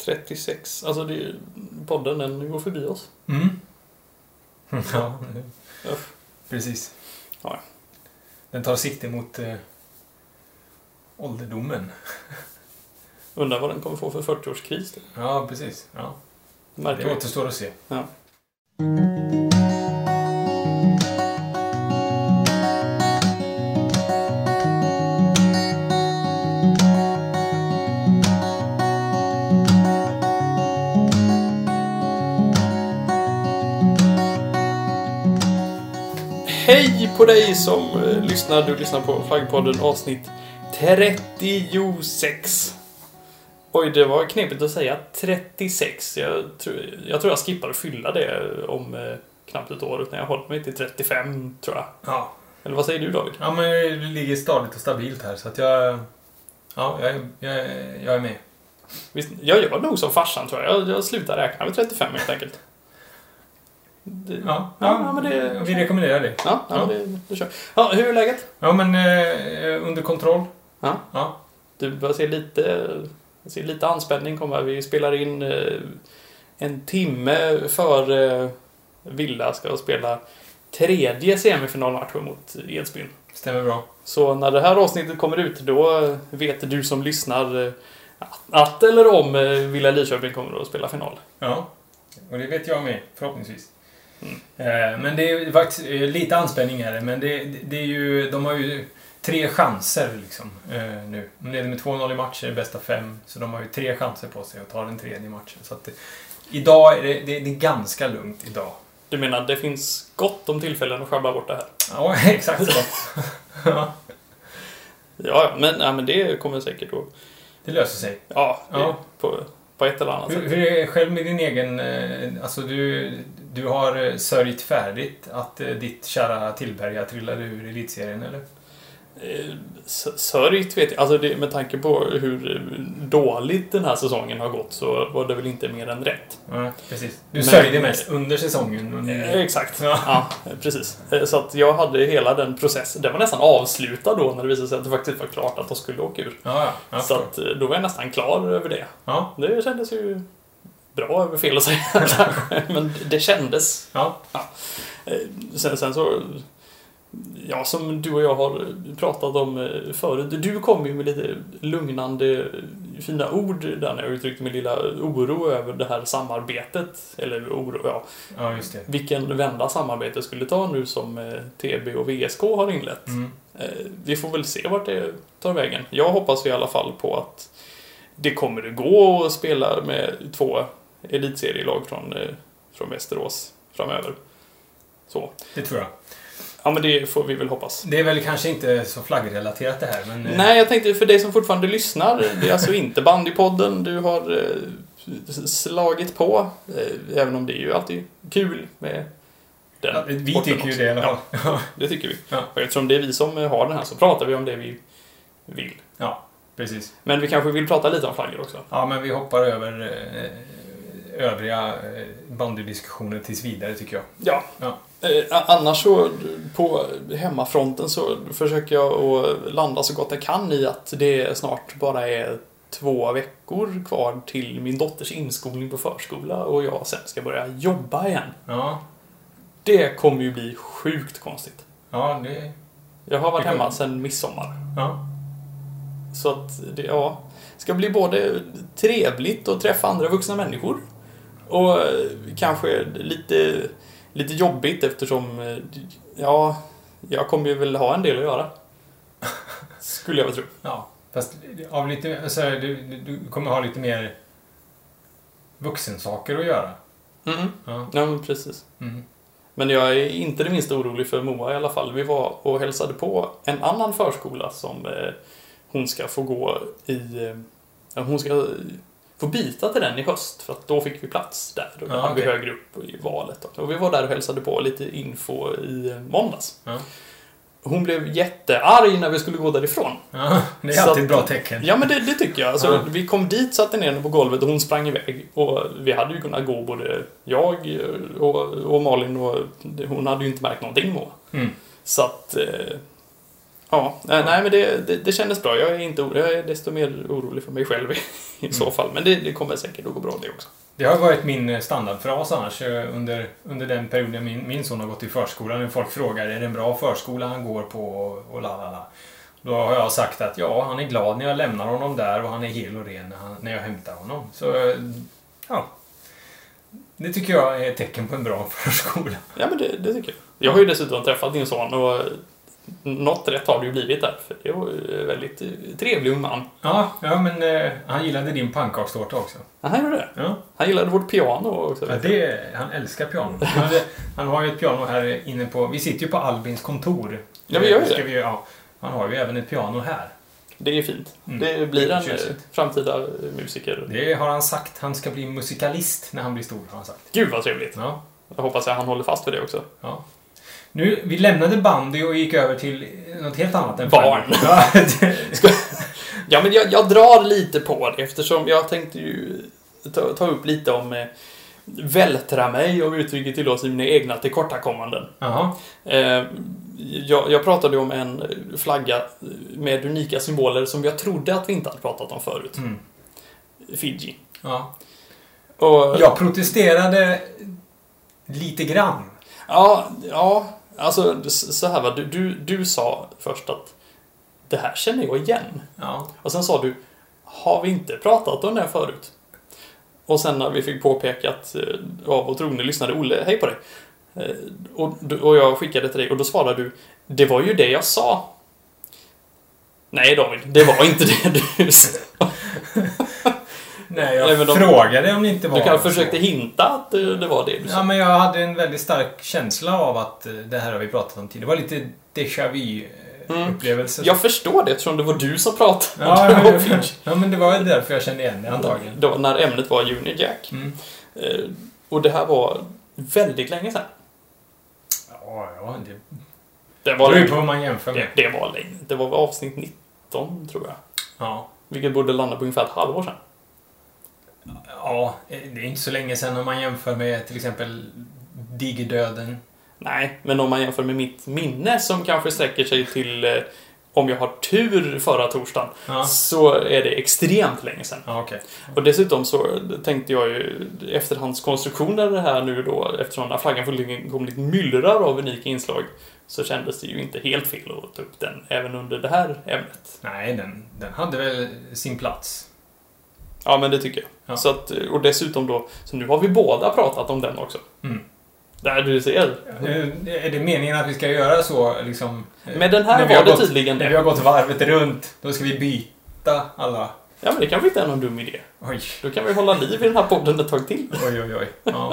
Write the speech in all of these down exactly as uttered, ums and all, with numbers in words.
trettiosex. Alltså det är, podden den går förbi oss. Mm. Ja, precis. Ja. Den tar sikte mot eh, ålderdomen. Undrar vad den kommer få för fyrtioårskris. Då. Ja, precis. Ja. Märker Det vi. återstår att se. Ja. Hej på dig som eh, lyssnar. Du lyssnar på Flaggpodden avsnitt trettiosex. Oj, det var knepigt att säga trettiosex. Jag tror jag, tror jag skippar att fylla det om eh, knappt ett år. Utan jag håller mig till trettiofem, tror jag. Ja. Eller vad säger du, David? Ja, men det ligger stadigt och stabilt här. Så att jag... Ja, jag, jag, jag är med. Visst, jag gör nog som farsan, tror jag. Jag, jag slutar räkna med trettiofem, helt enkelt. Det, Ja, ja, ja, ja, men det... vi rekommenderar det. Ja, ja, Ja. Det, det kör. Ja, hur är läget? Ja, men eh, under kontroll. Ja. Ja. Du börjar se lite, se lite anspänning komma. Vi spelar in eh, en timme för eh, Villa ska spela tredje semifinalmatchen mot Edsbyn. Stämmer bra. Så när det här avsnittet kommer ut, då vet du som lyssnar eh, att eller om eh, Villa Lidköping kommer att spela final. Ja, och det vet jag med, förhoppningsvis. Mm. Eh, men det är faktiskt eh, lite anspänning här, men det, det, det är ju, de har ju tre chanser liksom, eh, nu. De leder med två noll i matcher, bästa fem, så de har ju tre chanser på sig att ta den tredje matchen. Så att det, idag är det, det, det är ganska lugnt idag. Du menar, det finns gott om tillfällen att sjabbla bort det här? Ja, exakt så. Ja. Ja, men, ja, men det kommer säkert att... Det löser sig. Ja, det, Ja. På, på ett eller annat Hur, sätt. hur är det själv med din egen... eh, Alltså du, du har eh, sörjt färdigt att eh, ditt kära Tillberga trillade ur elitserien, eller? Eh, s- Sörjt vet jag. Alltså det, med tanke på hur dåligt den här säsongen har gått så var det väl inte mer än rätt. Ja, precis. Du Men- sörjde mest under säsongen. Och nu... Eh, exakt. Ja. Ja, precis. Eh, Så att jag hade hela den processen. Den var nästan avslutad då när det visade sig att det faktiskt var klart att de skulle åka ur. Ja, ja. Jag Så förstår. att eh, då var jag nästan klar över det. Ja, Det kändes ju bra, över fel att säga kanske. Men det kändes. ja. Eh, Sen, sen så... Ja, som du och jag har pratat om eh, förut. Du kom ju med lite lugnande fina ord där när jag uttryckte min lilla oro över det här samarbetet. Eller oro, ja. Ja, just det. Vilken vända samarbetet skulle ta nu som eh, T B och V S K har inlett. Mm. Eh, vi får väl se vart det tar vägen. Jag hoppas i alla fall på att det kommer att gå att spela med två elitserielag från, eh, från Västerås framöver. Så. Det tror jag. Ja, men det får vi väl hoppas. Det är väl kanske inte så flaggrelaterat det här, men... eh, Nej, jag tänkte för dig som fortfarande lyssnar. Det är alltså inte bandypodden du har eh, slagit på. Eh, även om det är ju alltid kul med den Ja, vi sporten tycker ju också. det i alla fall. Ja, Ja, det tycker vi. Ja. Och eftersom det är vi som har den här så pratar vi om det vi vill. ja, precis. Men vi kanske vill prata lite om flaggor också. Ja, men vi hoppar över eh, övriga eh, bandydiskussioner tills vidare, tycker jag. Ja. Ja. Eh, annars så på hemmafronten så försöker jag att landa så gott jag kan i att det snart bara är två veckor kvar till min dotters inskolning på förskola och jag sen ska börja jobba igen. Ja, Det kommer ju bli sjukt konstigt. ja, det... Jag har varit Det kommer- hemma sedan midsommar. Ja, Så att det ja, ska bli både trevligt att träffa andra vuxna människor och eh, kanske lite, lite jobbigt eftersom eh, ja, jag kommer ju väl ha en del att göra. Skulle jag väl tro. ja. Fast av lite... Så här, du, du kommer ha lite mer vuxensaker att göra. Mm. Ja. Ja, men precis. Mm. Men jag är inte det minsta orolig för Moa i alla fall. Vi var och hälsade på en annan förskola som eh, hon ska få gå i... Eh, hon ska få byta till den i höst för att då fick vi plats där. Och då Ja, hade vi okej. högre upp i valet. Och vi var där och hälsade på lite info i eh, måndags. Ja. Hon blev jättearg när vi skulle gå därifrån. Ja, det är Så alltid ett att- bra tecken. Ja, men det, det tycker jag. Alltså, Ja. Vi kom dit, satte ner henne på golvet och hon sprang iväg. Och vi hade ju kunnat gå både jag och, och Malin och hon hade ju inte märkt någonting Moa. Mm. Så att... Eh, Ja, nej, nej men det, det, det kändes bra. Jag är inte orolig. Jag är desto mer orolig för mig själv i, i mm. så fall. Men det, det kommer säkert att gå bra det också. Det har varit min standardfras annars under, under den perioden min, min son har gått i förskolan. När folk frågar, är det en bra förskola han går på och, och lalala. Då har jag sagt att ja, han är glad när jag lämnar honom där och han är hel och ren när, han, när jag hämtar honom. Så ja, det tycker jag är ett tecken på en bra förskola. Ja, men det, det tycker jag. Jag har ju dessutom träffat din son och något rätt har det ju blivit där. För det var ju en väldigt trevlig ung man. Ja, ja men eh, han gillade din pannkakstårta också. Ja, han gjorde det? Ja. Han gillade vårt piano också. Ja, det, han älskar piano. Han, han har ju ett piano här inne på... Vi sitter ju på Albins kontor. Ja, vi gör ju det. Vi, ja, han har ju även ett piano här. Det är fint. Mm. Det blir en Tjusigt. Framtida musiker. Det har han sagt. Han ska bli musikalist när han blir stor, har han sagt. Gud vad trevligt. Ja. Jag hoppas att han håller fast vid det också. Ja. Nu, vi lämnade bandy och gick över till något helt annat än barn. Ja, Ska... ja men jag, jag drar lite på det eftersom jag tänkte ju ta, ta upp lite om eh, vältra mig och uttrycket till oss i mina egna tillkortakommanden. Uh-huh. Eh, jag, jag pratade om en flagga med unika symboler som jag trodde att vi inte hade pratat om förut. Mm. Fiji. Ja. Och, jag protesterade lite grann. Ja, ja, alltså så här va, du, du, du sa först att det här känner jag igen. Ja. Och sen sa du, har vi inte pratat om det här förut? Och sen när vi fick påpekat av vår trogne lyssnade Olle, hej på dig. Och, och jag skickade till dig och då svarade du, det var ju det jag sa. Nej David, det var inte det du sa. Nej, jag de, frågade om det inte var du kanske försökte hinta att det var det du sa. Ja, men jag hade en väldigt stark känsla av att det här har vi pratat om tidigare. Det var lite déjà vu-upplevelse. Mm. Jag förstår det, eftersom det var du som pratade. Ja, ja, ja, ja, men det var därför jag kände igen det antagligen. Då, när ämnet var Union Jack. Mm. Och det här var väldigt länge sedan. Ja, ja. Det, det var det är på vad man jämför med. Det, det var länge. Det var avsnitt nitton, tror jag. Ja. Vilket borde landa på ungefär ett halvår sedan. Ja, det är inte så länge sedan om man jämför med till exempel digerdöden. Nej, men om man jämför med mitt minne som kanske sträcker sig till eh, om jag har tur förra torsdagen, ja. Så är det extremt länge sedan. Ja, okay. Och dessutom så tänkte jag ju efterhandskonstruktioner det här nu då, eftersom när flaggan fullkomligt myllrar av unika inslag, så kändes det ju inte helt fel att ta upp den även under det här ämnet. Nej, den, den hade väl sin plats. Ja, men det tycker jag. Ja. Så att, och dessutom då, så nu har vi båda pratat om den också. Mm. Där du ser. Är det meningen att vi ska göra så liksom? Med den här var det gått, tydligen det. När vi har gått varvet runt, då ska vi byta alla. Ja, men det kanske inte är någon dum idé. Oj. Då kan vi hålla liv i den här podden ett tag till. Oj, oj, oj. Ja.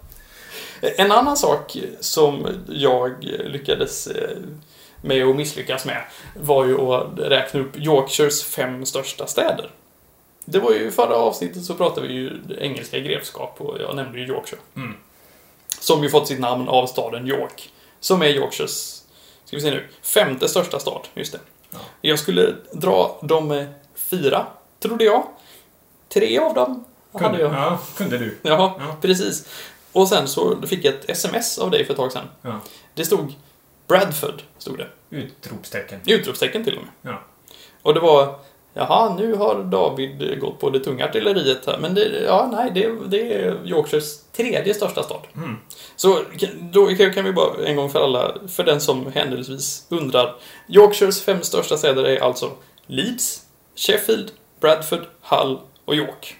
En annan sak som jag lyckades med att misslyckas med var ju att räkna upp Yorkshires fem största städer. Det var ju förra avsnittet så pratade vi ju engelska grevskap och jag nämnde ju Yorkshire. Mm. Som ju fått sitt namn av staden York. Som är Yorkshires, ska vi se nu, femte största stad, just det. Ja. Jag skulle dra de fyra, trodde jag. Tre av dem kunde, hade jag. Ja, kunde du. Ja, ja, precis. Och sen så fick jag ett sms av dig för ett tag sedan. Ja. Det stod Bradford, stod det. Utropstecken. Utropstecken till och med. Ja. Och det var, jaha, nu har David gått på det tunga artilleriet här. Men det, ja, nej, det, det är Yorkshires tredje största stad. Mm. Så då kan vi bara en gång för alla, för den som händelsevis undrar. Yorkshires fem största städer är alltså Leeds, Sheffield, Bradford, Hull och York.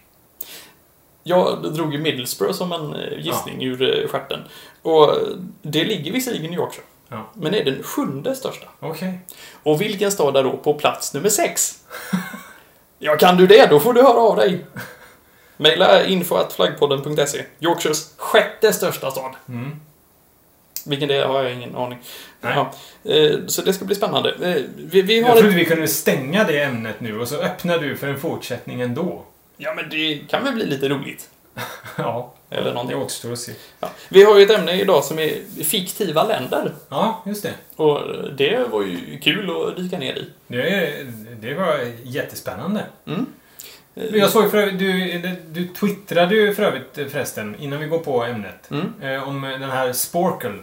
Jag drog ju Middlesbrough som en gissning ja. ur stjärten. Och det ligger visserligen i Yorkshire. Ja. Men är den sjunde största. Okej. Okay. Och vilken stad är då på plats nummer sex? Ja, kan du det? Då får du höra av dig. Maila info at flaggpodden punkt se. Yorkshires sjätte största stad. Mm. Vilken det är har jag ingen aning. Ja. Så det ska bli spännande. Vi, vi har jag trodde ett... vi kunde stänga det ämnet nu och så öppnar du för en fortsättning ändå. Ja, men det kan väl bli lite roligt. Ja, eller någonting. Det återstår att se. Ja. Vi har ju ett ämne idag som är fiktiva länder. Ja, just det. Och det var ju kul att dyka ner i. Det, det var jättespännande. Mm. Jag såg för övrigt, du, du twittrade ju för övrigt förresten, innan vi går på ämnet, mm. om den här Sporkle.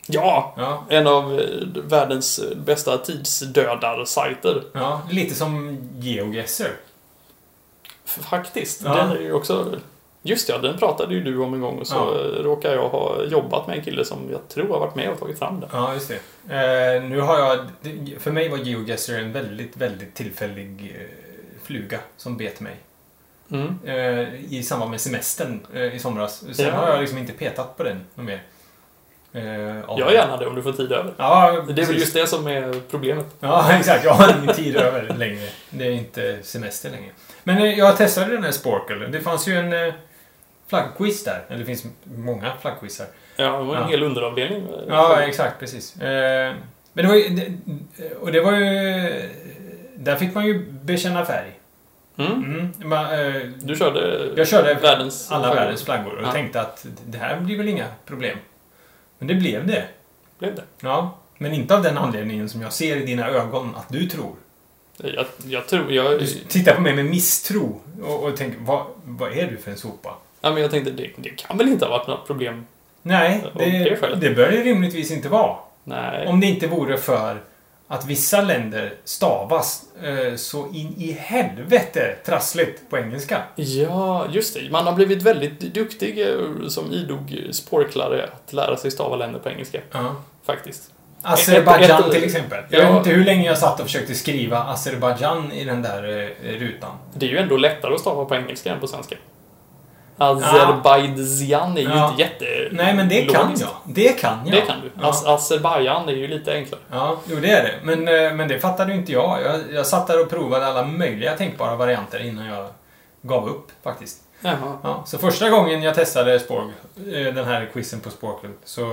Ja, Ja. en av eh, världens bästa tidsdödarsajter. Ja, lite som GeoGuessr. Faktiskt. Ja. Den är ju också... Just ja, den pratade ju du om en gång och så Ja. råkar jag ha jobbat med en kille som jag tror har varit med och tagit fram det. Ja, just det. Eh, nu har jag... För mig var GeoGuessr en väldigt, väldigt tillfällig eh, fluga som bet mig. Mm. Eh, I samband med semestern eh, i somras. Sen Ja. har jag liksom inte petat på den något mer. Eh, av- Gör gärna det om du får tid över. Ja, Det är väl precis. just det som är problemet. Ja, exakt. Jag har ingen tid över längre. Det är inte semester längre. Men eh, jag testade den här Sporkle. Det fanns ju en eh, flaggquiz där. Eller det finns många flaggquizar. Ja, det var en Ja. hel underavdelning. Ja, exakt. Precis. Eh, men det var ju... Det, och det var ju... Där fick man ju bekänna färg. Mm. Mm. Man, eh, Du körde, jag körde världens alla flaggor. världens flaggor och Ja. tänkte att det här blir väl inga problem. Men det blev det. Blev det? Ja. Men inte av den anledningen som jag ser i dina ögon att du tror. Jag, jag tror... Jag, Du tittar på mig med misstro och, och tänker, vad, vad är du för en sopa? ja, men jag tänkte, det, det kan väl inte ha varit något problem? Nej, Och det, det är skälet. det bör det rimligtvis inte vara. Nej. Om det inte vore för att vissa länder stavas eh, så in i helvete trassligt på engelska. Ja, just det. Man har blivit väldigt duktig eh, som idog sporklare att lära sig stava länder på engelska. Ja. Faktiskt. Azerbaijan Ett- ett- till exempel. Jag Ja. vet inte hur länge jag satt och försökte skriva Azerbaijan i den där eh, rutan. Det är ju ändå lättare att stava på engelska än på svenska. Azerbaijan är ju Ja. inte jätte... Nej, men det kan logiskt. jag. Det kan jag. Det kan du. Ja. Az- Azerbaijan är ju lite enklare. Ja, jo det är det. Men, eh, men det fattade ju inte jag. jag. Jag satt där och provade alla möjliga tänkbara varianter innan jag gav upp faktiskt. Jaha. Ja, så första gången jag testade Sporg, eh, den här quizen på Sporkle, så,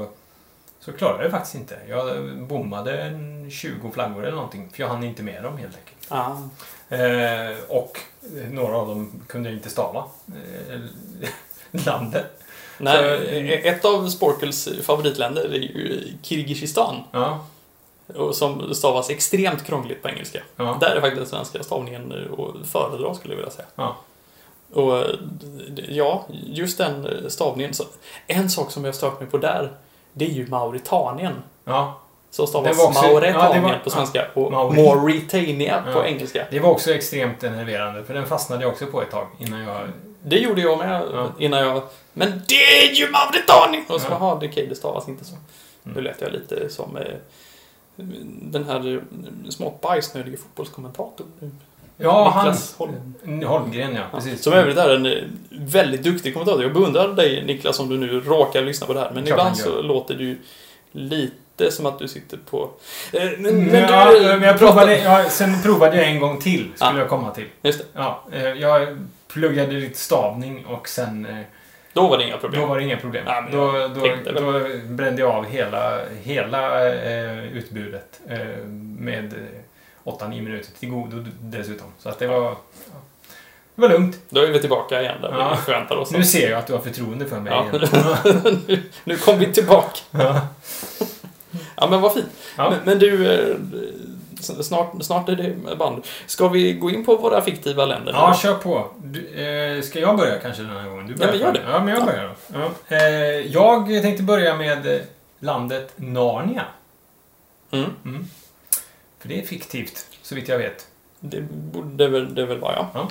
så klarade jag det faktiskt inte. Jag bommade en tjugo flaggor eller någonting, för jag hann inte med dem helt enkelt. Ah. Eh, och några av dem kunde jag inte stava. Eh, landet. Nej, Så- ett av Sporkles favoritländer är ju Kirgizistan. Ja, Och som stavas extremt krångligt på engelska. ja, Där är faktiskt den svenska stavningen att föredra, skulle jag vilja säga. ja. Och ja, just den stavningen. Så, en sak som jag stört mig på där, det är ju Mauritanien. ja. Så Det stavas var också- Mauretanien ja, det var- på svenska och Mauri- Mauritania på Ja. engelska. Det var också extremt enerverande, för den fastnade jag också på ett tag innan jag... Det gjorde jag med Ja. innan jag... Men det är ju Mauritanien! Och så, Ja. jaha, det, okej, det stavas inte så. Mm. Nu lät jag lite som eh, den här eh, smått bajsnödige fotbollskommentatorn. Ja, Niklas han... Holm. Holmgren, ja. Precis. Som övrigt är en eh, väldigt duktig kommentator. Jag beundrar dig, Niklas, om du nu råkar lyssna på det här. Men Klart ibland han så gör. låter det ju lite som att du sitter på... Eh, men, Men, men ja, du, men jag provade, ja, sen provade jag en gång till, skulle Ja. jag komma till. Just det. Ja, eh, jag pluggade lite stavning och sen... eh, Då var det inga problem. Då var det inga problem. Ja, men då, jag då, tänkte väl. då brände jag av hela, hela eh, utbudet eh, med eh, åtta nio minuter till godo dessutom. Så att det var... Ja, det var lugnt. Då är vi tillbaka igen där Ja. vi förväntar oss. Nu ser jag att du har förtroende för mig Ja. igen. nu, nu kom vi tillbaka. Ja. Ja, men vad fint. Ja. Men, men du, eh, snart, snart är det band. Ska vi gå in på våra fiktiva länder? Ja, kör på. Du, eh, ska jag börja kanske den här gången? Du börjar Ja, men gör först. det. Ja, men jag Ja. börjar då. Ja. Eh, jag tänkte börja med eh, landet Narnia. Mm. Mm. För det är fiktivt, så vitt jag vet. Det borde väl, det väl vara, ja.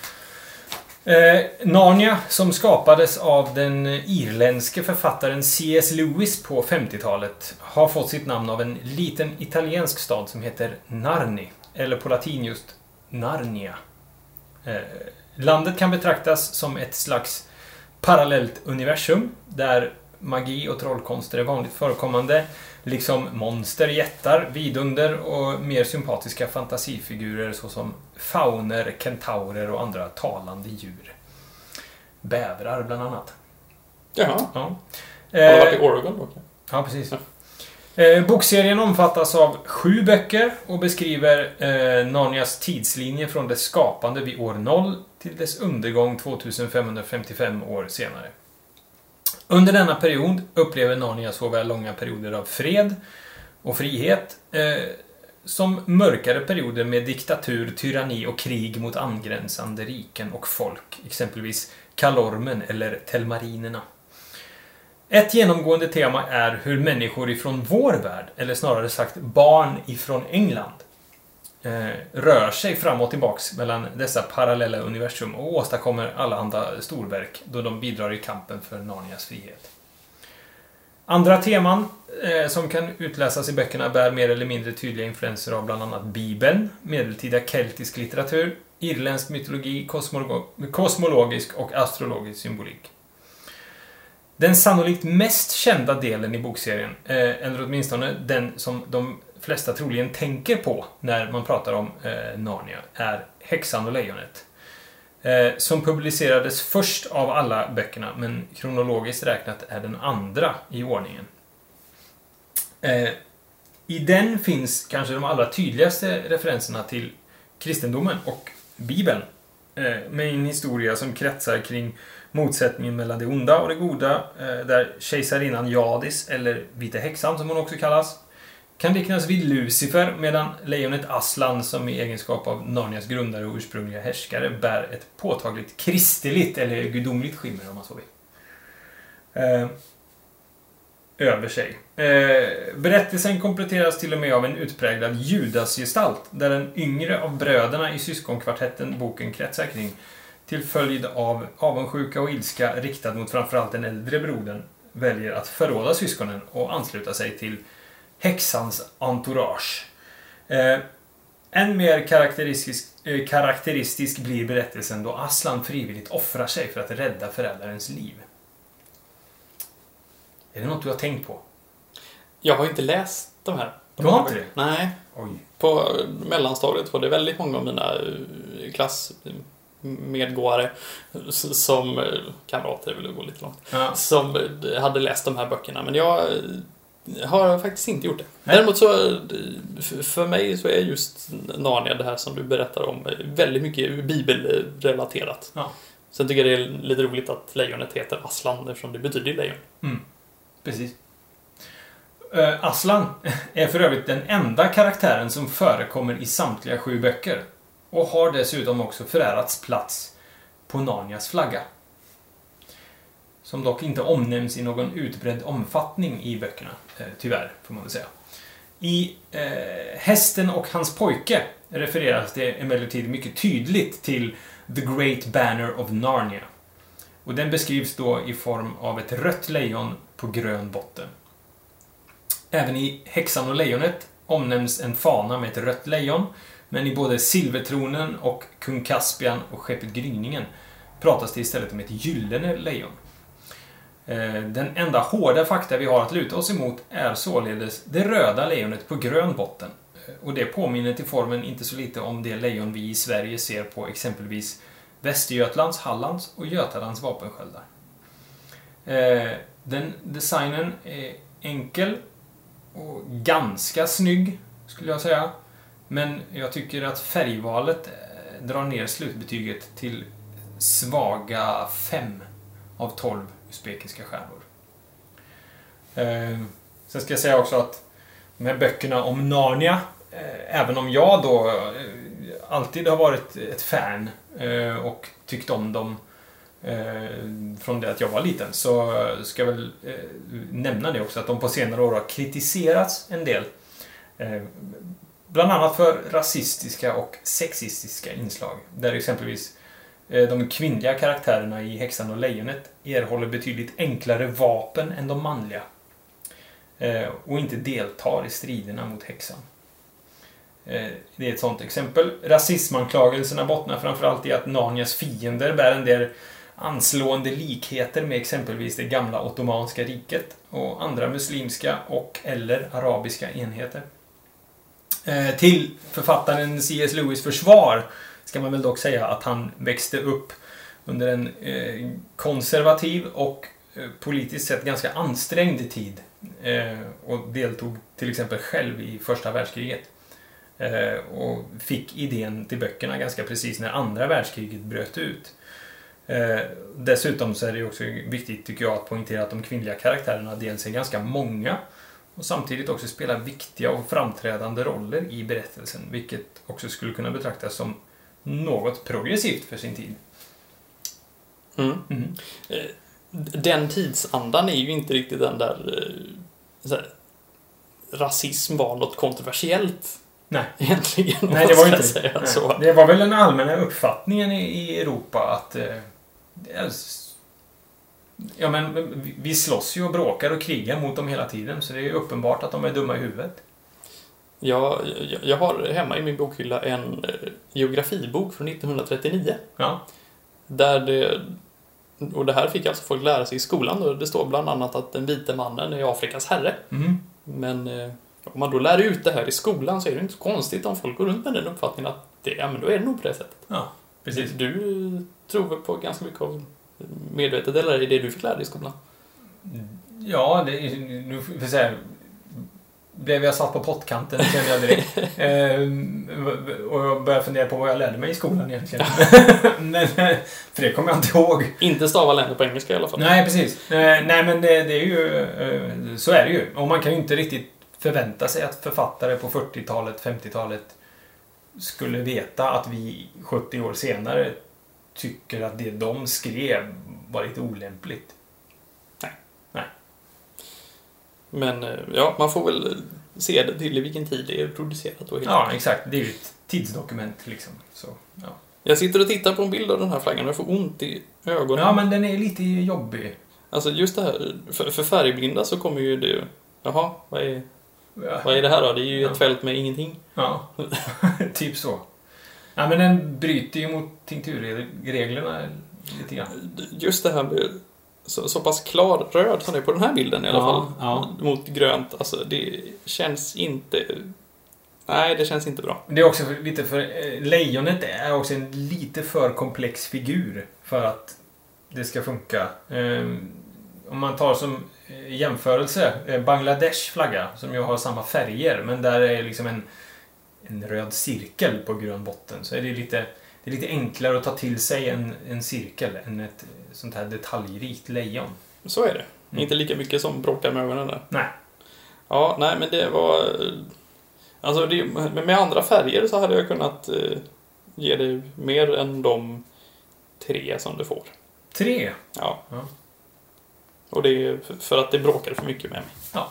Eh, Narnia, som skapades av den irländske författaren C S Lewis på femtiotalet, har fått sitt namn av en liten italiensk stad som heter Narni, eller på latin just Narnia. Eh, landet kan betraktas som ett slags parallellt universum där magi och trollkonster är vanligt förekommande, liksom monster, jättar, vidunder och mer sympatiska fantasifigurer såsom fauner, kentaurer och andra talande djur. Bävrar bland annat. Jaha. Ja. Har du varit i Eh, Oregon då? ja, precis. Eh, bokserien omfattas av sju böcker och beskriver eh, Narnias tidslinje från dess skapande vid år noll till dess undergång tvåtusenfemhundrafemtiofem år senare. Under denna period upplever Narnia såväl långa perioder av fred och frihet eh, som mörkare perioder med diktatur, tyranni och krig mot angränsande riken och folk, exempelvis Kalormen eller Telmarinerna. Ett genomgående tema är hur människor ifrån vår värld, eller snarare sagt barn ifrån England, eh, rör sig fram och tillbaks mellan dessa parallella universum och åstadkommer alla andra storverk då de bidrar i kampen för Narnias frihet. Andra teman eh, som kan utläsas i böckerna bär mer eller mindre tydliga influenser av bland annat Bibeln, medeltida keltisk litteratur, irländsk mytologi, kosmolo- kosmologisk och astrologisk symbolik. Den sannolikt mest kända delen i bokserien, eh, eller åtminstone den som de flesta troligen tänker på när man pratar om eh, Narnia, är Häxan och lejonet. Eh, som publicerades först av alla böckerna, men kronologiskt räknat är den andra i ordningen. Eh, I den finns kanske de allra tydligaste referenserna till kristendomen och Bibeln, eh, med en historia som kretsar kring motsättningen mellan det onda och det goda, eh, där kejsarinnan Jadis, eller Vita häxan som hon också kallas, kan liknas vid Lucifer, medan lejonet Aslan, som i egenskap av Narnias grundare och ursprungliga härskare, bär ett påtagligt kristeligt eller gudomligt skimmer, om man så vill. Eh, över sig. Eh, berättelsen kompletteras till och med av en utpräglad Judasgestalt, där den yngre av bröderna i syskonkvartetten boken kretsar kring, till följd av avundsjuka och ilska riktad mot framförallt den äldre brodern, väljer att förråda syskonen och ansluta sig till häxans entourage. Eh, än mer karaktäristisk, eh, karaktäristisk blir berättelsen då Aslan frivilligt offrar sig för att rädda föräldrarens liv. Är det något du har tänkt på? Jag har inte läst de här. Du har inte det? Nej. Oj. På mellanstadiet var det väldigt många av mina klassmedgåare som, kamrater vill gå lite långt, Ja. som hade läst de här böckerna. Men jag har faktiskt inte gjort det. Nej. Däremot så, för mig så är just Narnia, det här som du berättar om, väldigt mycket bibelrelaterat. Ja. Sen tycker jag det är lite roligt att lejonet heter Aslan, eftersom det betyder lejon. Mm. Precis. Uh, Aslan är för övrigt den enda karaktären som förekommer i samtliga sju böcker och har dessutom också förärats plats på Narnias flagga, som dock inte omnämns i någon utbredd omfattning i böckerna, eh, tyvärr får man väl säga. I eh, Hästen och hans pojke refereras det emellertid mycket tydligt till The Great Banner of Narnia, och den beskrivs då i form av ett rött lejon på grön botten. Även i Häxan och lejonet omnämns en fana med ett rött lejon, men i både Silvertronen och Kung Caspian och Skeppet Gryningen pratas det istället om ett gyllene lejon. Den enda hårda fakta vi har att luta oss emot är således det röda lejonet på grön botten, och det påminner till formen inte så lite om det lejon vi i Sverige ser på exempelvis Västergötlands, Hallands och Götalands vapensköldar. Den designen är enkel och ganska snygg, skulle jag säga, men jag tycker att färgvalet drar ner slutbetyget till svaga fem av tolv usbekiska stjärnor. Sen ska jag säga också att de här böckerna om Narnia, även om jag då alltid har varit ett fan och tyckt om dem från det att jag var liten, så ska jag väl nämna det också att de på senare år har kritiserats en del, bland annat för rasistiska och sexistiska inslag, där exempelvis de kvinnliga karaktärerna i Häxan och lejonet erhåller betydligt enklare vapen än de manliga och inte deltar i striderna mot häxan. Det är ett sånt exempel. Rasismanklagelserna bottnar framförallt i att Narnias fiender bär en del anslående likheter med exempelvis det gamla ottomanska riket och andra muslimska och eller arabiska enheter. Till författaren C S Lewis försvar ska man väl dock säga att han växte upp under en eh, konservativ och eh, politiskt sett ganska ansträngd tid, eh, och deltog till exempel själv i första världskriget, eh, och fick idén till böckerna ganska precis när andra världskriget bröt ut. Eh, dessutom så är det också viktigt, tycker jag, att poängtera att de kvinnliga karaktärerna dels är ganska många och samtidigt också spelar viktiga och framträdande roller i berättelsen, vilket också skulle kunna betraktas som något progressivt för sin tid. Mm. Mm. den tidsandan är ju inte riktigt den där, så här, rasism var något kontroversiellt. Nej. Egentligen. Nej, det var ju inte säga så. Det var väl den allmänna uppfattningen i, i Europa att eh, ja, men vi slåss ju och bråkar och krigar mot dem hela tiden, så det är ju uppenbart att de är dumma i huvudet. Ja, jag, jag har hemma i min bokhylla en eh, geografibok från nittonhundratrettionio. Ja. Där det, och det här fick alltså folk lära sig i skolan. Då. Det står bland annat att den vita mannen är Afrikas herre. Mm. Men eh, om man då lär ut det här i skolan så är det inte så konstigt om folk går runt med den uppfattningen att det, ja, men då är det nog på det sättet. Ja, precis. Du, du tror väl på ganska mycket av medvetet, eller är det det du fick lära dig i skolan? Ja, det, nu får jag säga, blev jag satt på pottkanten, kände jag direkt. ehm, och jag började fundera på vad jag lärde mig i skolan egentligen. Men, för det kommer jag inte ihåg. Inte stava länder på engelska i alla fall. Nej, precis. Eh, nej, men det, det är ju... Eh, så är det ju. Och man kan ju inte riktigt förvänta sig att författare på fyrtiotalet, femtiotalet skulle veta att vi sjuttio år senare tycker att det de skrev var lite olämpligt. Nej. Nej. Men ja, man får väl se det till i vilken tid det är producerat. Och ja, exakt. Det är ju ett tidsdokument liksom. Så, ja. Jag sitter och tittar på en bild av den här flaggan och jag får ont i ögonen. Ja, men den är lite jobbig. Alltså just det här, för, för färgblinda så kommer ju det... Jaha, vad är, ja. vad är det här då? Det är ju ja. ett fält med ingenting. Ja, typ så. Ja, men den bryter ju mot tinkturreglerna lite grann. Just det här med så, så pass klar röd som det är på den här bilden i alla ja, fall. Ja. Mot grönt. Alltså det känns inte... Nej, det känns inte bra. Det är också för, lite för... Eh, lejonet är också en lite för komplex figur för att det ska funka. Eh, om man tar som jämförelse eh, Bangladesh flagga som ju har samma färger, men där är liksom en en röd cirkel på grön botten, så är det lite, det är lite enklare att ta till sig en, en cirkel än ett sånt här detaljrikt lejon. Så är det. Mm. Inte lika mycket som bråkar med ögonen där. Nej. Ja, nej men det var... Alltså det, med andra färger så hade jag kunnat eh, ge dig mer än de tre som du får. Tre? Ja. ja. Och det är för att det bråkar för mycket med mig. Ja.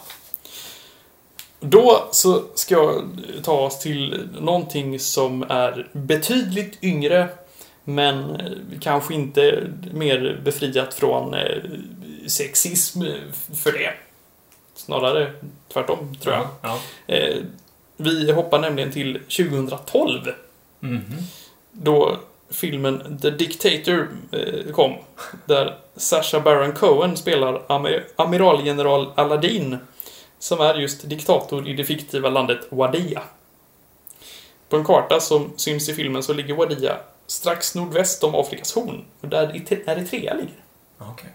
Då så ska jag ta oss till någonting som är betydligt yngre, men kanske inte mer befriat från sexism för det. Snarare tvärtom, tror jag. Ja, ja. Vi hoppar nämligen till tjugohundratolv. Mm-hmm. Då filmen The Dictator kom, där Sacha Baron Cohen spelar amiralgeneral Aladdin, som är just diktator i det fiktiva landet Wadiya. På en karta som syns i filmen så ligger Wadiya strax nordväst om Afrikas horn, och där Eritrea ligger. Okay.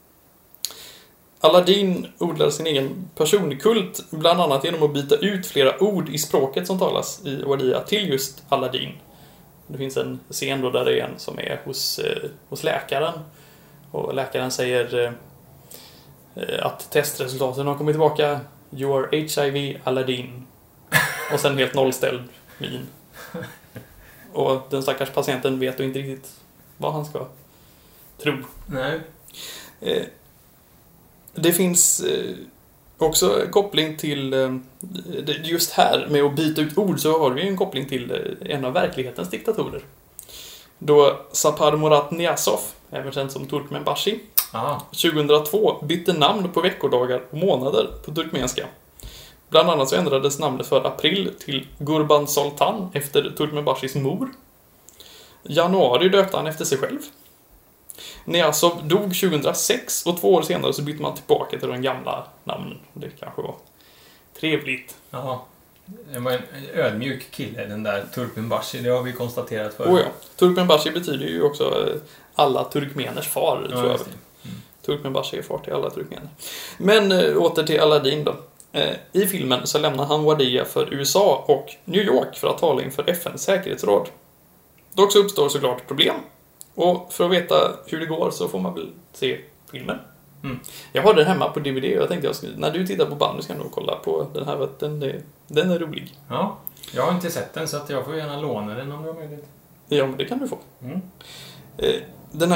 Aladdin odlar sin egen personkult, bland annat genom att byta ut flera ord i språket som talas i Wadiya till just Aladdin. Det finns en scen då där det är en som är hos, eh, hos läkaren, och läkaren säger eh, att testresultaten har kommit tillbaka. You are H I V Aladdin. Och sen helt nollställd min. Och den stackars patienten vet då inte riktigt vad han ska tro. Nej. Eh, det finns eh, också koppling till eh, just här med att byta ut ord, så har vi en koppling till eh, en av verklighetens diktatorer. Då Sapar Murat Niyazov, även känd som Turkmenbashi, ah. tjugohundratvå bytte namn på veckodagar och månader på turkmenska. Bland annat så ändrades namnet för april till Gurban Sultan efter Turkmenbashis mor. Januari döpte han efter sig själv. Niyazov dog tjugohundrasex och två år senare så bytte man tillbaka till de gamla namnen. Det kanske var trevligt. Ja, det var en ödmjuk kille, den där Turkmenbashi, det har vi konstaterat förut. Oh ja. Turkmenbashi betyder ju också alla turkmeners far, ja, tror jag. Mm. Turkmenbashi är far till alla turkmener. Men äh, åter till Aladdin då. Äh, I filmen så lämnar han Wadiya för U S A och New York för att tala inför F N:s säkerhetsråd. Dock så uppstår såklart problem. Och för att veta hur det går så får man väl se filmen. Mm. Jag har den hemma på D V D och jag tänkte att när du tittar på band ska jag nog kolla på den här. Den är, den är rolig. Ja, jag har inte sett den så att jag får gärna låna den om du har möjlighet. Ja, men det kan du få. Mm. Den här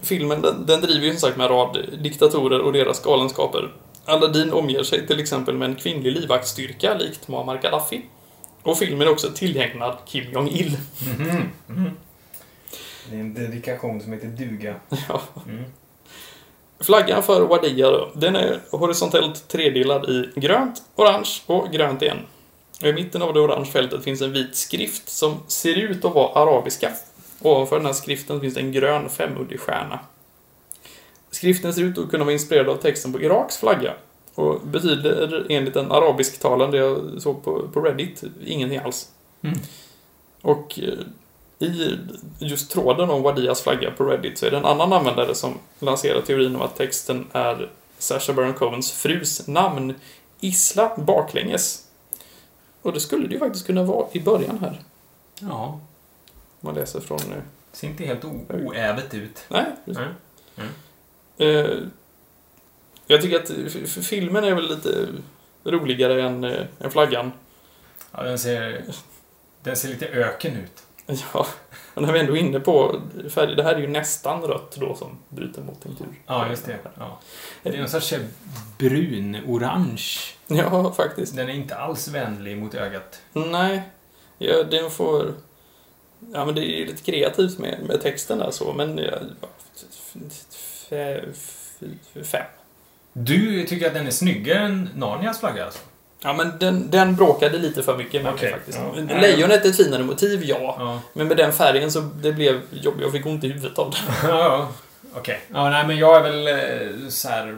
filmen den, den driver ju som sagt med en rad diktatorer och deras galenskaper. Aladdin omger sig till exempel med en kvinnlig livvaktstyrka likt Muammar Gaddafi. Och filmen är också tillhägnad Kim Jong-il. Mm-hmm. Mm. Det är en dedikation som heter duga. Ja. Mm. Flaggan för Wadiya då, den är horisontellt tredelad i grönt, orange och grönt igen. Och i mitten av det orange fältet finns en vit skrift som ser ut att vara arabiska. Ovanför den här skriften finns en grön femuddig stjärna. Skriften ser ut att kunna vara inspirerad av texten på Iraks flagga. Och betyder enligt en arabisktalande jag såg på, på Reddit ingenting alls. Mm. Och i just tråden om Wadiyas flagga på Reddit så är det en annan användare som lanserar teorin om att texten är Sacha Baron Cohens frus namn Isla baklänges. Och det skulle det ju faktiskt kunna vara i början här. Ja. Man läser från... Det ser inte helt oävet ut. Nej, Mm. Mm. Uh, jag tycker att f- filmen är väl lite roligare än, uh, än flaggan. Ja, den ser, den ser lite öken ut. Ja, och när vi ändå är inne på färg, det här är ju nästan rött då som bryter mot en tur. Ja, just det. Ja. Det är en sorts brun-orange. Ja, faktiskt. Den är inte alls vänlig mot ögat. Nej, ja, den får... Ja, men det är lite kreativt med, med texten där så, men... Ja, fem. Du tycker att den är snyggare än Narnias flagga alltså? Ja, men den, den bråkade lite för mycket med okay. mig faktiskt. Ja. Lejonet är ett finare motiv, ja. ja. Men med den färgen så det blev jobbigt. Jag fick ont i huvudet av det. Ja, okej. Okay. Ja, nej, men jag är väl eh, så här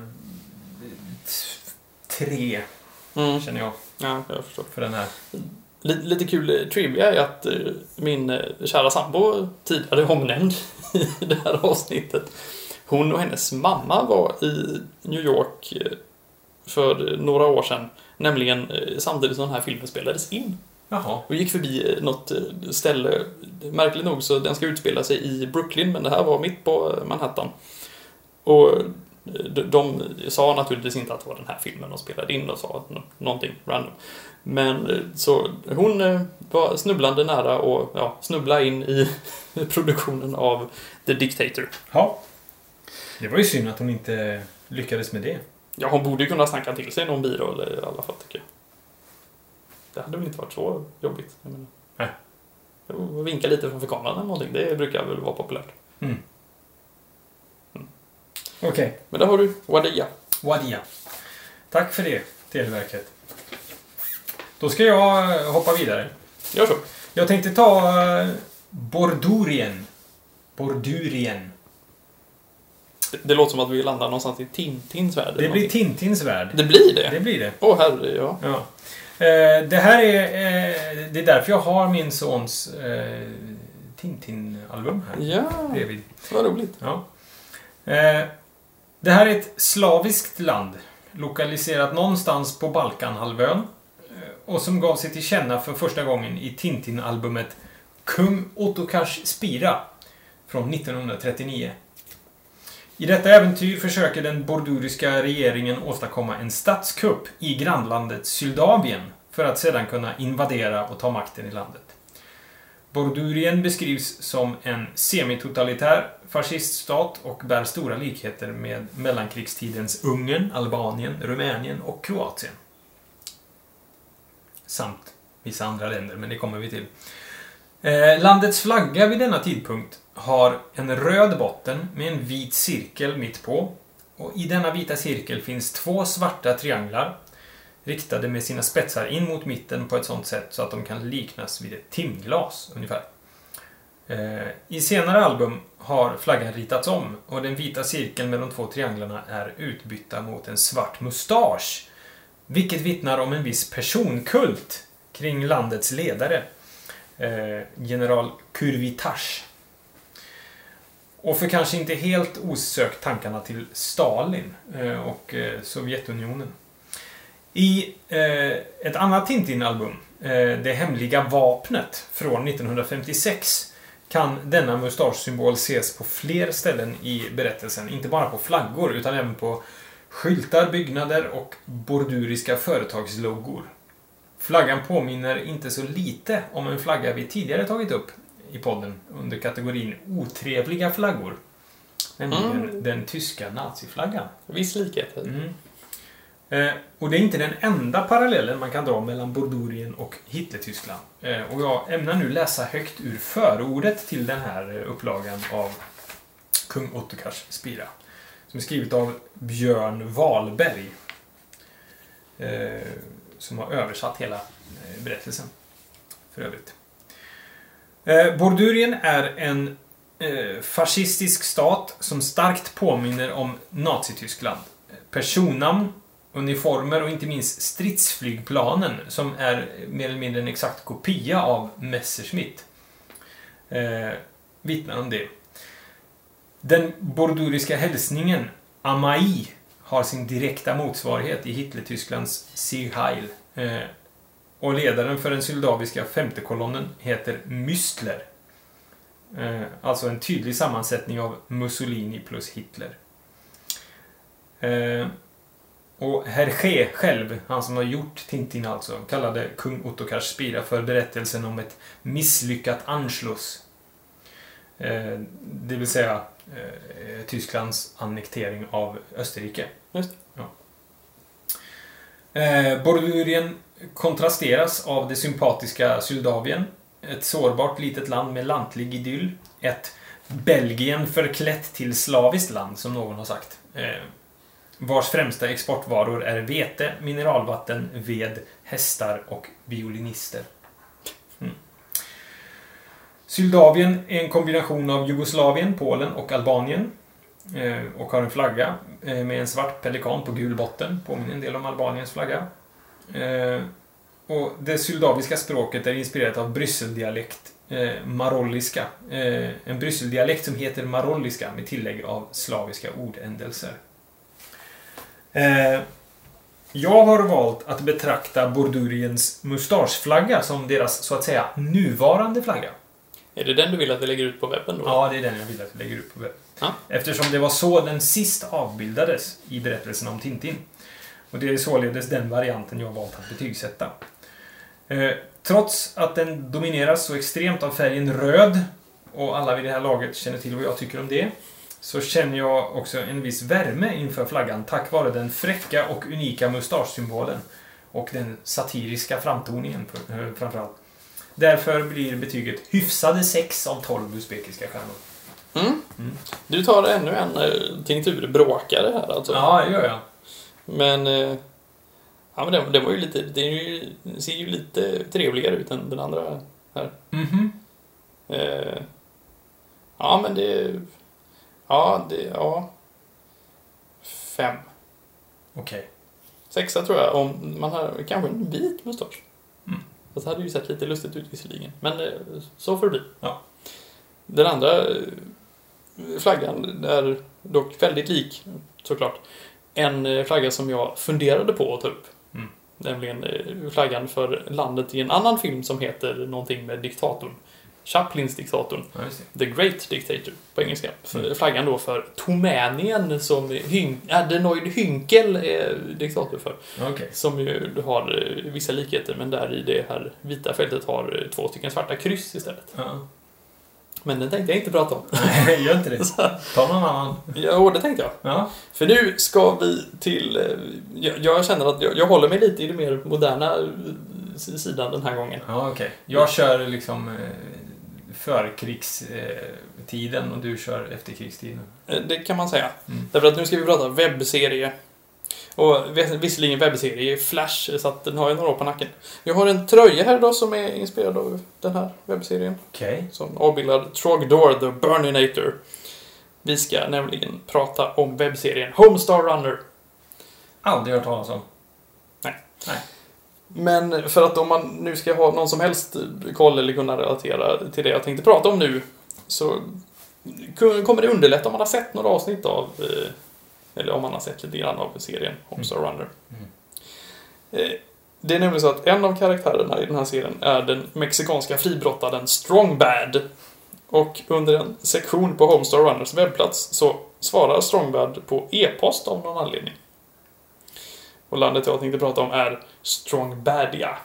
tre, mm. känner jag. Ja, jag förstår. För den här. Lite, lite kul trivia är att uh, min uh, kära sambo tidigare omnämnd i det här avsnittet. Hon och hennes mamma var i New York uh, för några år sedan. Nämligen uh, samtidigt som den här filmen spelades in. Jaha. Och gick förbi uh, något uh, ställe. Märkligt nog så den ska utspela sig i Brooklyn. Men det här var mitt på Manhattan. Och de, de sa naturligtvis inte att det var den här filmen de spelade in och sa någonting random. Men så hon var snubblande nära och ja, snubbla in i produktionen av The Dictator. Ja. Det var ju synd att hon inte lyckades med det. Ja, hon borde ju kunna snacka till sig någon byrå eller i alla fall tycker jag. Det hade väl inte varit så jobbigt. Jag menar. Nej. Vinka lite framför kameran eller någonting, det brukar väl vara populärt. Mm. Mm. Okej. Okay. Men där har du Wadiya. Wadiya. Tack för det, Televerket. Då ska jag hoppa vidare. Gör så. Jag tänkte ta uh, Bordurien. Bordurien. Det, det låter som att vi landar någonstans i Tintins värld. Det blir Tintins värld. Det blir det? Det blir det. Åh, oh, herre, ja. ja. Uh, det här är... Uh, det är därför jag har min sons uh, Tintin-album här. Ja, bredvid. Vad roligt. Ja. Uh, det här är ett slaviskt land. Lokaliserat någonstans på Balkanhalvön. Och som gav sig till känna för första gången i Tintin-albumet Kung Ottokars Spira från nittonhundratrettionio. I detta äventyr försöker den borduriska regeringen åstadkomma en statskupp i grannlandet Syldavien för att sedan kunna invadera och ta makten i landet. Bordurien beskrivs som en semitotalitär fasciststat och bär stora likheter med mellankrigstidens Ungern, Albanien, Rumänien och Kroatien. Samt vissa andra länder, men det kommer vi till. Eh, landets flagga vid denna tidpunkt har en röd botten med en vit cirkel mitt på. Och i denna vita cirkel finns två svarta trianglar riktade med sina spetsar in mot mitten på ett sådant sätt så att de kan liknas vid ett timglas ungefär. Eh, I senare album har flaggan ritats om och den vita cirkeln med de två trianglarna är utbytta mot en svart mustasch. Vilket vittnar om en viss personkult kring landets ledare, eh, general Kurvitash. Och för kanske inte helt osökt tankarna till Stalin eh, och eh, Sovjetunionen. I eh, ett annat Tintin-album, eh, Det hemliga vapnet från nittonhundrafemtiosex, kan denna mustaschsymbol ses på fler ställen i berättelsen. Inte bara på flaggor utan även på skyltar, byggnader och borduriska företagslogor. Flaggan påminner inte så lite om en flagga vi tidigare tagit upp i podden under kategorin otrevliga flaggor. Nämligen Mm. den tyska naziflaggan. Viss likhet. Mm. Eh, och det är inte den enda parallellen man kan dra mellan Bordurien och Hitlertyskland. Eh, och jag ämnar nu läsa högt ur förordet till den här eh, upplagan av kung Ottokars Spira. Som är skrivet av Björn Wahlberg. Eh, som har översatt hela eh, berättelsen. För övrigt. Eh, Bordurien är en eh, fascistisk stat som starkt påminner om Nazityskland. Personnamn, uniformer och inte minst stridsflygplanen som är mer eller mindre en exakt kopia av Messerschmitt. Eh, vittnar om det. Den borduriska hälsningen Amai har sin direkta motsvarighet i Hitlertysklands Sieg Heil. Eh, och ledaren för den soldaviska femte kolonnen heter Müstler. Eh, alltså en tydlig sammansättning av Mussolini plus Hitler. Eh, och Hergé själv, han som har gjort Tintin alltså, kallade kung Ottokars Spira för berättelsen om ett misslyckat Anschluss. Eh, det vill säga eh, Tysklands annektering av Österrike. Just ja. eh, Bordurien kontrasteras av det sympatiska Moldavien, ett sårbart litet land med lantlig idyll, ett Belgien förklätt till slaviskt land, som någon har sagt. Eh, vars främsta exportvaror är vete, mineralvatten, ved, hästar och violinister. Mm. Moldavien är en kombination av Jugoslavien, Polen och Albanien. Eh, och har en flagga eh, med en svart pelikan på gul botten. Påminner en del om Albaniens flagga. Eh, och det moldaviska språket är inspirerat av Brysseldialekt eh, marolliska. Eh, en Brysseldialekt som heter marolliska med tillägg av slaviska ordändelser. Eh, jag har valt att betrakta Borduriens mustaschflagga som deras så att säga nuvarande flagga. Är det den du vill att vi lägger ut på webben då? Ja, det är den jag vill att vi lägger ut på webben. Ja. Eftersom det var så den sist avbildades i berättelsen om Tintin. Och det är således den varianten jag har valt att betygsätta. Eh, trots att den domineras så extremt av färgen röd, och alla vid det här laget känner till vad jag tycker om det, så känner jag också en viss värme inför flaggan tack vare den fräcka och unika mustaschsymbolen och den satiriska framtoningen för, framförallt. Därför blir betyget hyfsade sex av tolv usbekiska stjärnor. Mm. Mm. Du tar ännu en uh, tinkturbråkare här alltså. Ja, det gör jag. Men uh, ja, men det, det var ju lite det, är ju, det ser ju lite trevligare ut än den andra här. Mhm. Uh, ja, men det ja, det ja fem. Okej. Okay. Sexa tror jag om man har kanske en vit mustasch. Mm. Det hade ju sett lite lustigt ut visserligen. Men det, så får det bli. Ja. Den andra flaggan är dock väldigt lik, såklart, en flagga som jag funderade på att ta upp. Mm. Nämligen flaggan för landet i en annan film som heter någonting med diktatorn. Chaplins diktatorn. Ja, just det. The Great Dictator på engelska. Mm. Flaggan då för Tomänien som Hyn- Adenoid Hynkel är diktator för. Okay. Som ju har vissa likheter, men där i det här vita fältet har två stycken svarta kryss istället. Ja. Men den tänkte jag inte prata om. Nej, gör inte det. Ta någon annan. Ja, det tänkte jag. Ja. För nu ska vi till... Jag, jag känner att jag, jag håller mig lite i det mer moderna sidan den här gången. Ja, okej. Okay. Jag kör liksom förkrigstiden och du kör efterkrigstiden. Det kan man säga. Mm. Därför att nu ska vi prata webbserie. Och visserligen webbserie Flash, så att den har ju några år på nacken. Jag har en tröja här då som är inspirerad av den här webbserien. Okej. Okay. Som avbildar Trogdor the Burninator. Vi ska nämligen prata om webbserien Homestar Runner. Aldrig hört talas om. Nej. Nej. Men för att om man nu ska ha någon som helst koll eller kunna relatera till det jag tänkte prata om nu, så kommer det underlätta om man har sett några avsnitt av, eller om man har sett lite grann av serien Homestar mm. Runner. Mm. Det är nämligen så att en av karaktärerna i den här serien är den mexikanska fribrottaren Strongbad. Och under en sektion på Homestar Runners webbplats så svarar Strongbad på e-post av någon anledning. Och landet jag tänkte prata om är Strongbadia.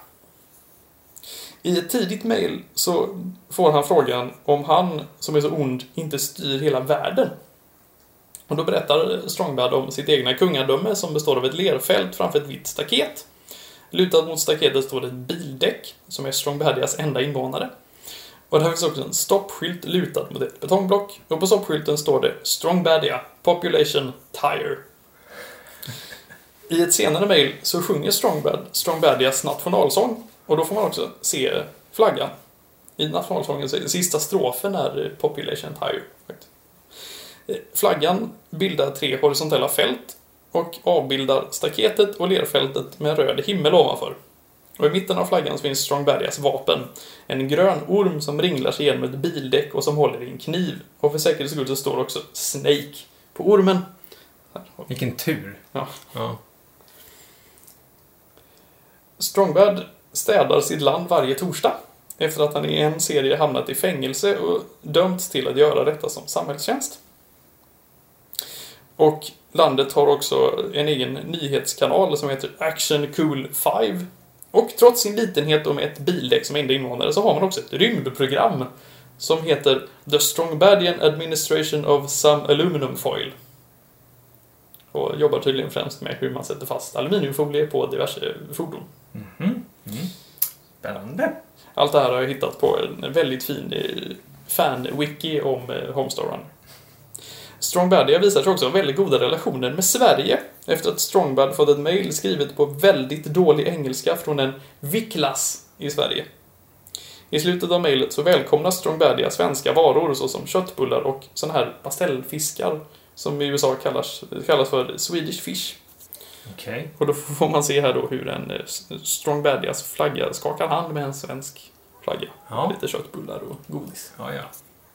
I ett tidigt mejl så får han frågan om han, som är så ond, inte styr hela världen. Och då berättar Strongbad om sitt egna kungadöme som består av ett lerfält framför ett vitt staket. Lutad mot staketet står det ett bildäck som är Strongbadias enda invånare. Och där finns också en stoppskylt lutad mot ett betongblock. Och på stoppskylten står det Strongbadia, Population Tire. I ett senare mejl så sjunger Strongbad Strongbadias nationalsång. Och då får man också se flaggan. I nationalsången så är sista strofen är Population Tire. Flaggan bildar tre horisontella fält och avbildar staketet och lerfältet med en röd himmel ovanför. Och i mitten av flaggan finns Strongbadias vapen. En grön orm som ringlar sig igenom ett bildäck och som håller i en kniv. Och för säkerhets skull så står också Snake på ormen. Vilken tur. Ja. Ja. Strongbad städar sitt land varje torsdag efter att han i en serie hamnat i fängelse och dömts till att göra detta som samhällstjänst. Och landet har också en egen nyhetskanal som heter Action Cool fem. Och trots sin litenhet och med ett bildäck som enda invånare så har man också ett rymdprogram som heter The Strongbadian Administration of Some Aluminum Foil. Och jobbar tydligen främst med hur man sätter fast aluminiumfolie på diverse fordon. Mm-hmm. Mm. Spännande. Allt det här har jag hittat på en väldigt fin fan-wiki om Homestar Runner. Strongbadia visar sig också ha väldigt goda relationer med Sverige efter att Strongbad fått ett mejl skrivet på väldigt dålig engelska från en Viklas i Sverige. I slutet av mejlet så välkomnar Strongbadia svenska varor såsom köttbullar och såna här pastellfiskar som i U S A kallas, kallas för Swedish Fish. Okay. Och då får man se här då hur en Strongbadias flagga skakar hand med en svensk flagga. Ja. Lite köttbullar och godis. Ja, ja.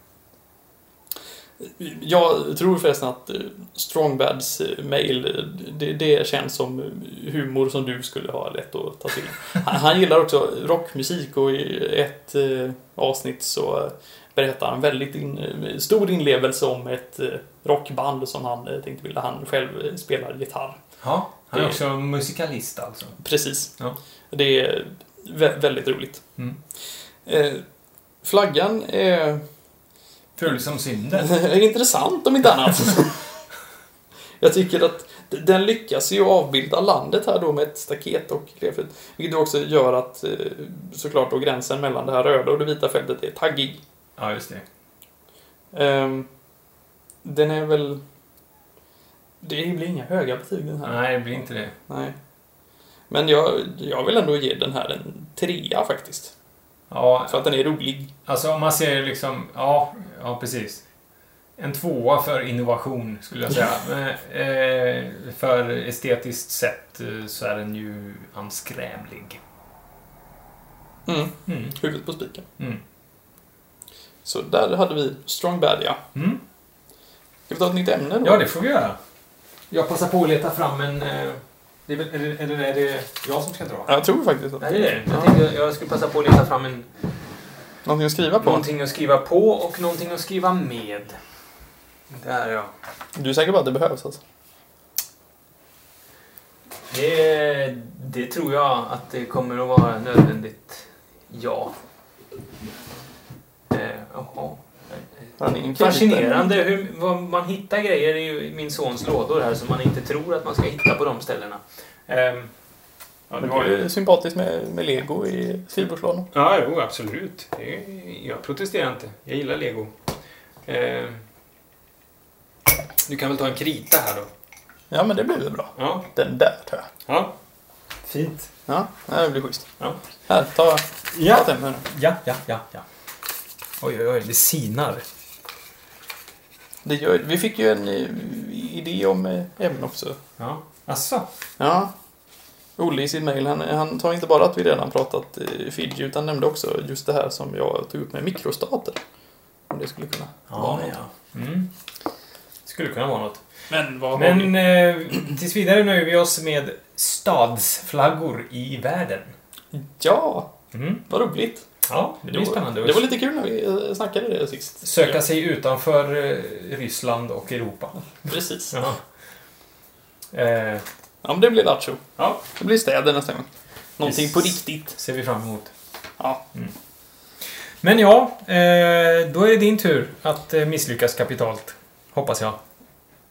Jag tror förresten att Strongbads mail, det, det känns som humor som du skulle ha lätt att ta till. Han, han gillar också rockmusik och i ett eh, avsnitt så berättar han väldigt in, stor inlevelse om ett eh, rockband som han eh, tänkte vilja han själv spelar gitarr. Ja, han är det, också musikalist alltså. Precis. Ja. Det är vä- väldigt roligt. Mm. Eh, flaggan är Full som synden. intressant om inte annat. Jag tycker att den lyckas ju avbilda landet här då med ett staket och lerfält. Vilket också gör att såklart då gränsen mellan det här röda och det vita fältet är taggig. Ja, just det. Um, den är väl... Det blir inga höga betyg den här. Nej, det blir inte det. Nej. Men jag, jag vill ändå ge den här en trea faktiskt. Ja, för att den är rolig. Alltså om man ser liksom, ja, ja precis. En tvåa för innovation skulle jag säga. Men, eh, för estetiskt sett så är den ju anskrämlig. Mm. Mm. Huvudet på spiken. Mm. Så där hade vi Strongbadia. Mm. Ska vi ta ett nytt ämne då? Ja, det får vi göra. Jag passar på att leta fram en... Eh, det är, väl, eller, eller är det jag som ska dra? Jag tror faktiskt att Nej, det är det. Jag tänkte jag skulle passa på att leta fram en... Någonting att skriva på? Någonting att skriva på och någonting att skriva med. Där, ja. Du är säker på att det behövs alltså? Det, det tror jag att det kommer att vara nödvändigt. Ja. Eh, jaha. Fascinerande hur vad man hittar grejer i min sons lådor här som man inte tror att man ska hitta på de ställena. Um, ja, det var ju sympatiskt med, med Lego i skrivbordslådan. Ja, jo, absolut. Det, jag protesterar inte. Jag gillar Lego. Uh, du kan väl ta en krita här då? Ja, men det blir väl bra. Ja. Den där tror jag. Ja. Fint. Ja, det blir schysst. Ja. Här, ta, ja. ta den här. Ja, ja, ja, ja. Oj, oj, oj, det sinar. Det gör, vi fick ju en idé om ämnen också. Ja, asså? Ja. Olle i sin mejl, han, han tar inte bara att vi redan pratat eh, Fidji utan nämnde också just det här som jag tog upp med mikrostater. Om det skulle kunna ja, vara något. Ja. Mm. Skulle kunna vara något. Men vad Men eh, tills vidare nöjer vi oss med stadsflaggor i världen. Ja, mm. vad roligt. Ja, det blir det var, spännande. Det var lite kul när vi snackade det sist. Söka sig utanför eh, Ryssland och Europa. Precis. Ja. Eh, ja, men det blir lattjo. Ja. Det blir städer nästa gång. Någonting Yes. på riktigt. Ser vi fram emot. Ja. Mm. Men ja, eh, då är det din tur att eh, misslyckas kapitalt. Hoppas jag.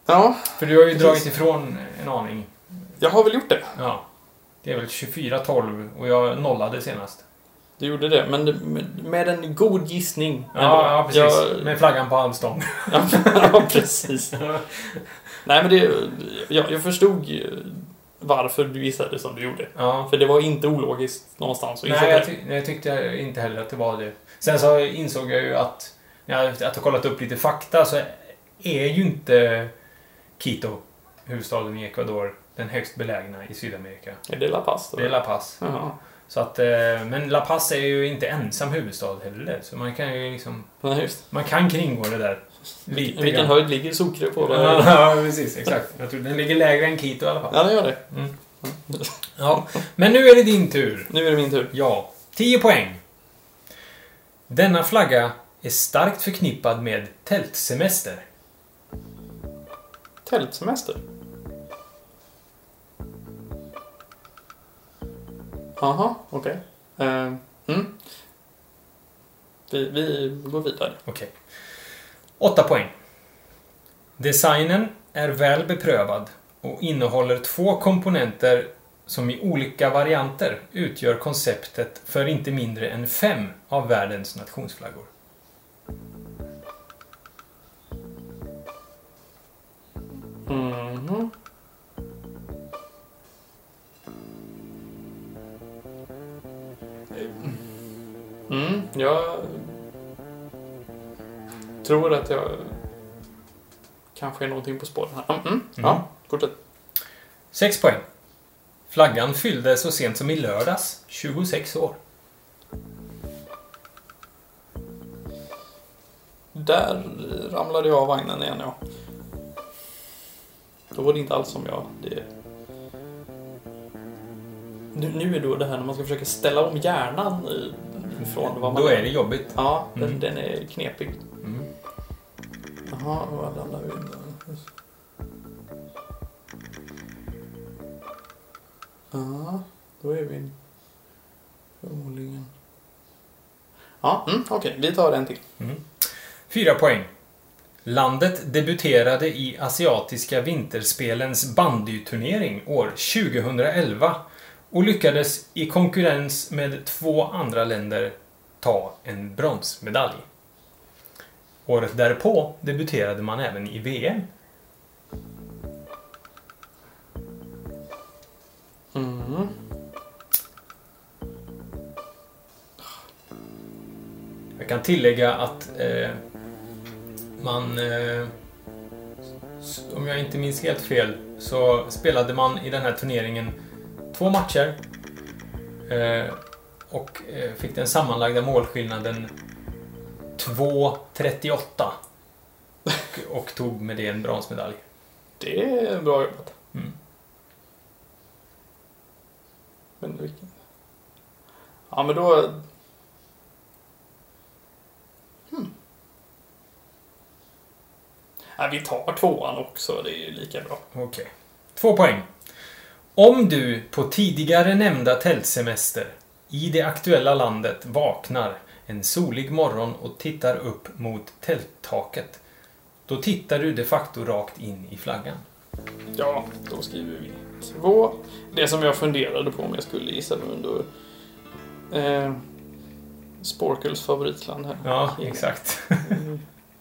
Ja. För du har ju Precis. dragit ifrån en aning. Jag har väl gjort det. Ja. Det är väl tjugofyra tolv och jag nollade senast. Du gjorde det, men det, med, med en god gissning. Ja, ändå. ja precis. Jag, Med flaggan på halvstång. ja, ja, precis. Nej, men det, jag, jag förstod varför du gissade som du gjorde. Ja. För det var inte ologiskt någonstans. Nej, jag, ty jag tyckte inte heller att det var det. Sen så insåg jag ju att när jag att har kollat upp lite fakta så är ju inte Quito, huvudstaden i Ecuador, den högst belägna i Sydamerika. Är det La Paz då? Det är La Paz. Jaha. Så att, men La Paz är ju inte ensam huvudstad heller. Så man kan ju liksom... Nej, just. Man kan kringgå det där. Lite Vilken höjd ligger Sucre på? Det? Ja, precis. Exakt. Jag tror den ligger lägre än Quito i alla fall. Ja, det gör det. Mm. Ja. Men nu är det din tur. Nu är det min tur. Ja. tio poäng. Denna flagga är starkt förknippad med tältsemester. Tältsemester? Jaha, okej. Okay. Uh, mm. vi, vi går vidare. Okej. Okay. åtta poäng. Designen är väl beprövad och innehåller två komponenter som i olika varianter utgör konceptet för inte mindre än fem av världens nationsflaggor. Mhm. Mm, jag tror att jag kanske är någonting på spåren här. Mm, mm. Ja, fortsätt. sex poäng. Flaggan fyllde så sent som i lördags tjugosex år. Där ramlade jag av vagnen igen, ja. Då var det inte alls som jag... Det... Nu, nu är då det här när man ska försöka ställa om hjärnan ifrån vad man... Då är det jobbigt. Ja, den, Mm. den är knepig. Mm. Jaha, vad landar vi då? Ja, då är vi förmodligen... Ja, mm, okej, okay, vi tar en till. Mm. Fyra poäng. Landet debuterade i Asiatiska vinterspelens bandyturnering år tjugohundraelva och lyckades i konkurrens med två andra länder ta en bronsmedalj. Året därpå debuterade man även i V M. Mm. Jag kan tillägga att eh, man, eh, om jag inte minns helt fel, så spelade man i den här turneringen två matcher eh, och eh, fick den sammanlagda målskillnaden två trettioåtta och, och tog med det en bronsmedalj. Det är bra jobbat. Mm. Men vilken... Ja, men då... Hmm. Ja, vi tar tvåan också, det är ju lika bra. Okej. Okay. Två poäng. Om du på tidigare nämnda tältsemester i det aktuella landet vaknar en solig morgon och tittar upp mot tälttaket, då tittar du de facto rakt in i flaggan. Ja, då skriver vi två. Det som jag funderade på om jag skulle gissa nu under eh, Sporkels favoritland här. Ja, exakt. Mm.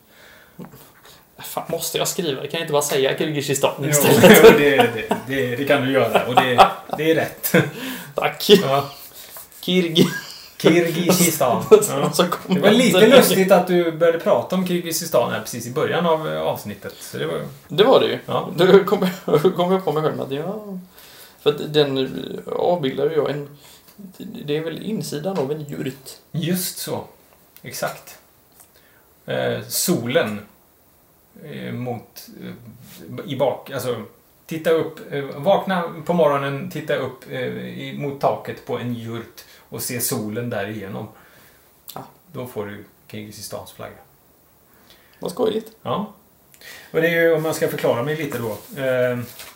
Fan, måste jag skriva? Jag kan inte bara säga Kirgizistan istället. Jo, jo det, det, det, det kan du göra. Och det, det är rätt. Tack. Ja. Kirgi... Kirgizistan. Ja. Det var lite lustigt att du började prata om Kirgizistan här precis i början av avsnittet. Så det, var... det var det ju. Ja. Då kom jag, kom jag på mig själv att ja... För att den avbildar ju jag en... Det är väl insidan av en jurt. Just så. Exakt. Eh, solen eh, mot... Eh, i bak... Alltså... Titta upp... Eh, vakna på morgonen, titta upp eh, i, mot taket på en jurt och se solen där igenom. Ja. Då får du Kirgizistans flagga. Vad skojigt. Ja. Och det är ju, om man ska förklara mig lite då. Eh,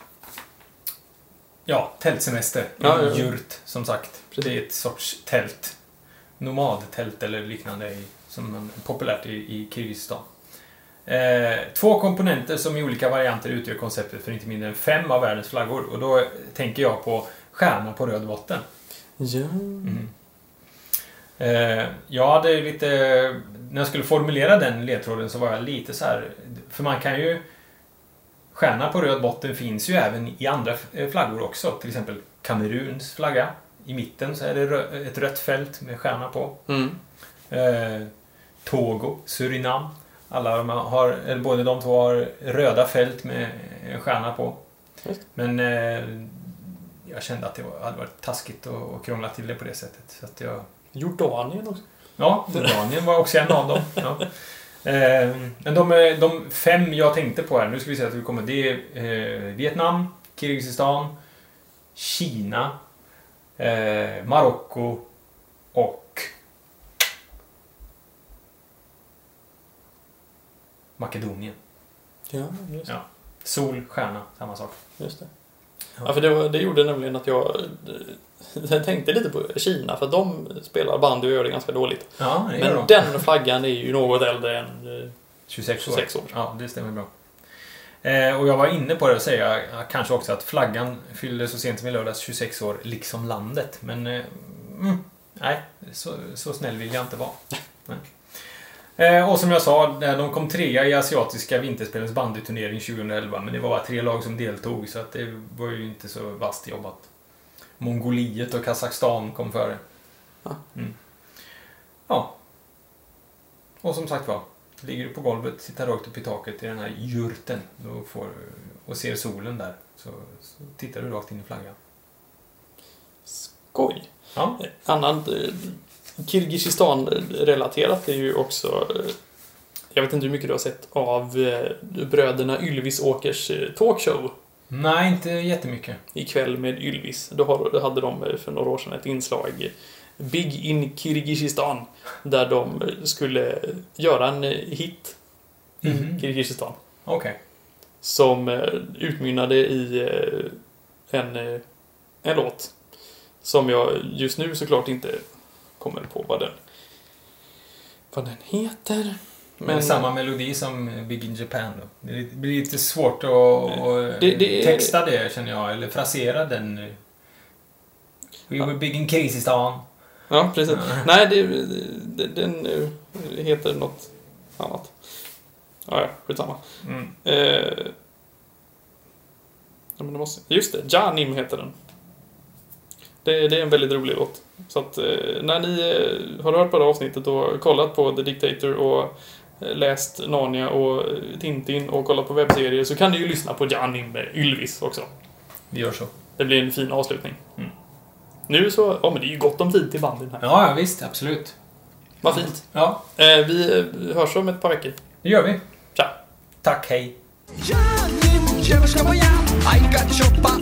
ja, tältsemester. Ja, en ja, ja. jurt, som sagt. Det är ett sorts tält. Nomadtält eller liknande i, som är populärt i, i Kirgizistan. Eh, två komponenter som i olika varianter utgör konceptet för inte mindre än fem av världens flaggor. Och då tänker jag på stjärna på röd botten. Ja. Mm. Eh, jag hade lite... När jag skulle formulera den ledtråden så var jag lite så här... För man kan ju... Stjärna på röd botten finns ju även i andra flaggor också. Till exempel Kameruns flagga. I mitten så är det rö- ett rött fält med stjärna på. Mm. Eh, Togo, Surinam. Alla de har, eller både de två har röda fält med en stjärna på. Just. Men eh, jag kände att det var, hade varit taskigt och, och krångla till det på det sättet. Så att jag... Jordanien också. Ja, Jordanien var också en av dem. Ja. Eh, men de, de fem jag tänkte på här, nu ska vi se att vi kommer. Det är eh, Vietnam, Kirgizistan, Kina, eh, Marocko och Makedonien. Ja, just det. Ja. Sol, stjärna, samma sak. Just det. Ja, för det, var, det gjorde nämligen att jag, jag tänkte lite på Kina, för att de spelar bandy och gör det ganska dåligt. Ja, det Men den flaggan är ju något äldre än tjugosex år. tjugosex år. Ja, det stämmer bra. Eh, och jag var inne på det att säga kanske också att flaggan fyllde så sent som i lördags tjugosex år, liksom landet. Men eh, mm, nej, så, så snäll vill jag inte vara. Nej. Eh, och som jag sa, de kom trea i asiatiska vinterspelens bandyturnering tjugoelva, men det var bara tre lag som deltog, så att det var ju inte så vasst jobbat. Mongoliet och Kazakstan kom före. Mm. Ja. Och som sagt var, ligger du på golvet, tittar rakt upp i taket i den här jurten då får, och ser solen där, så, så tittar du rakt in i flaggan. Skoj. Ja. Annat Kirgizistan-relaterat är ju också... Jag vet inte hur mycket du har sett av bröderna Ylvis Åkers talkshow. Nej, inte jättemycket. Ikväll med Ylvis. Då hade de för några år sedan ett inslag Big in Kirgizistan, där de skulle göra en hit i mm. Kirgizistan. Okej. Okay. Som utmynnade i en, en låt som jag just nu såklart inte kommer på vad den, vad den heter. Men, Men samma melodi som Big in Japan då. Det blir lite svårt att det, det texta det, känner jag, eller frasera den. We ja. were big in Kirgizistan. Ja, precis. Ja. Nej, det, det, den heter något annat. Ja, ja, skitsamma. Mm. Eh, ja, men det måste, just det, Janim heter den. Det, det är en väldigt rolig låt. Så att eh, när ni eh, har hört på det avsnittet och kollat på The Dictator och eh, läst Narnia och Tintin och kollat på webbserier, så kan ni ju lyssna på Janim med Ylvis också. Vi gör så. Det blir en fin avslutning. Mm. Nu så, ja men det är ju gott om tid till banden här. Ja, visst, absolut. Vad fint. Ja. Eh, vi hörs om ett par veckor. Det gör vi. Tja. Tack, hej. Janim,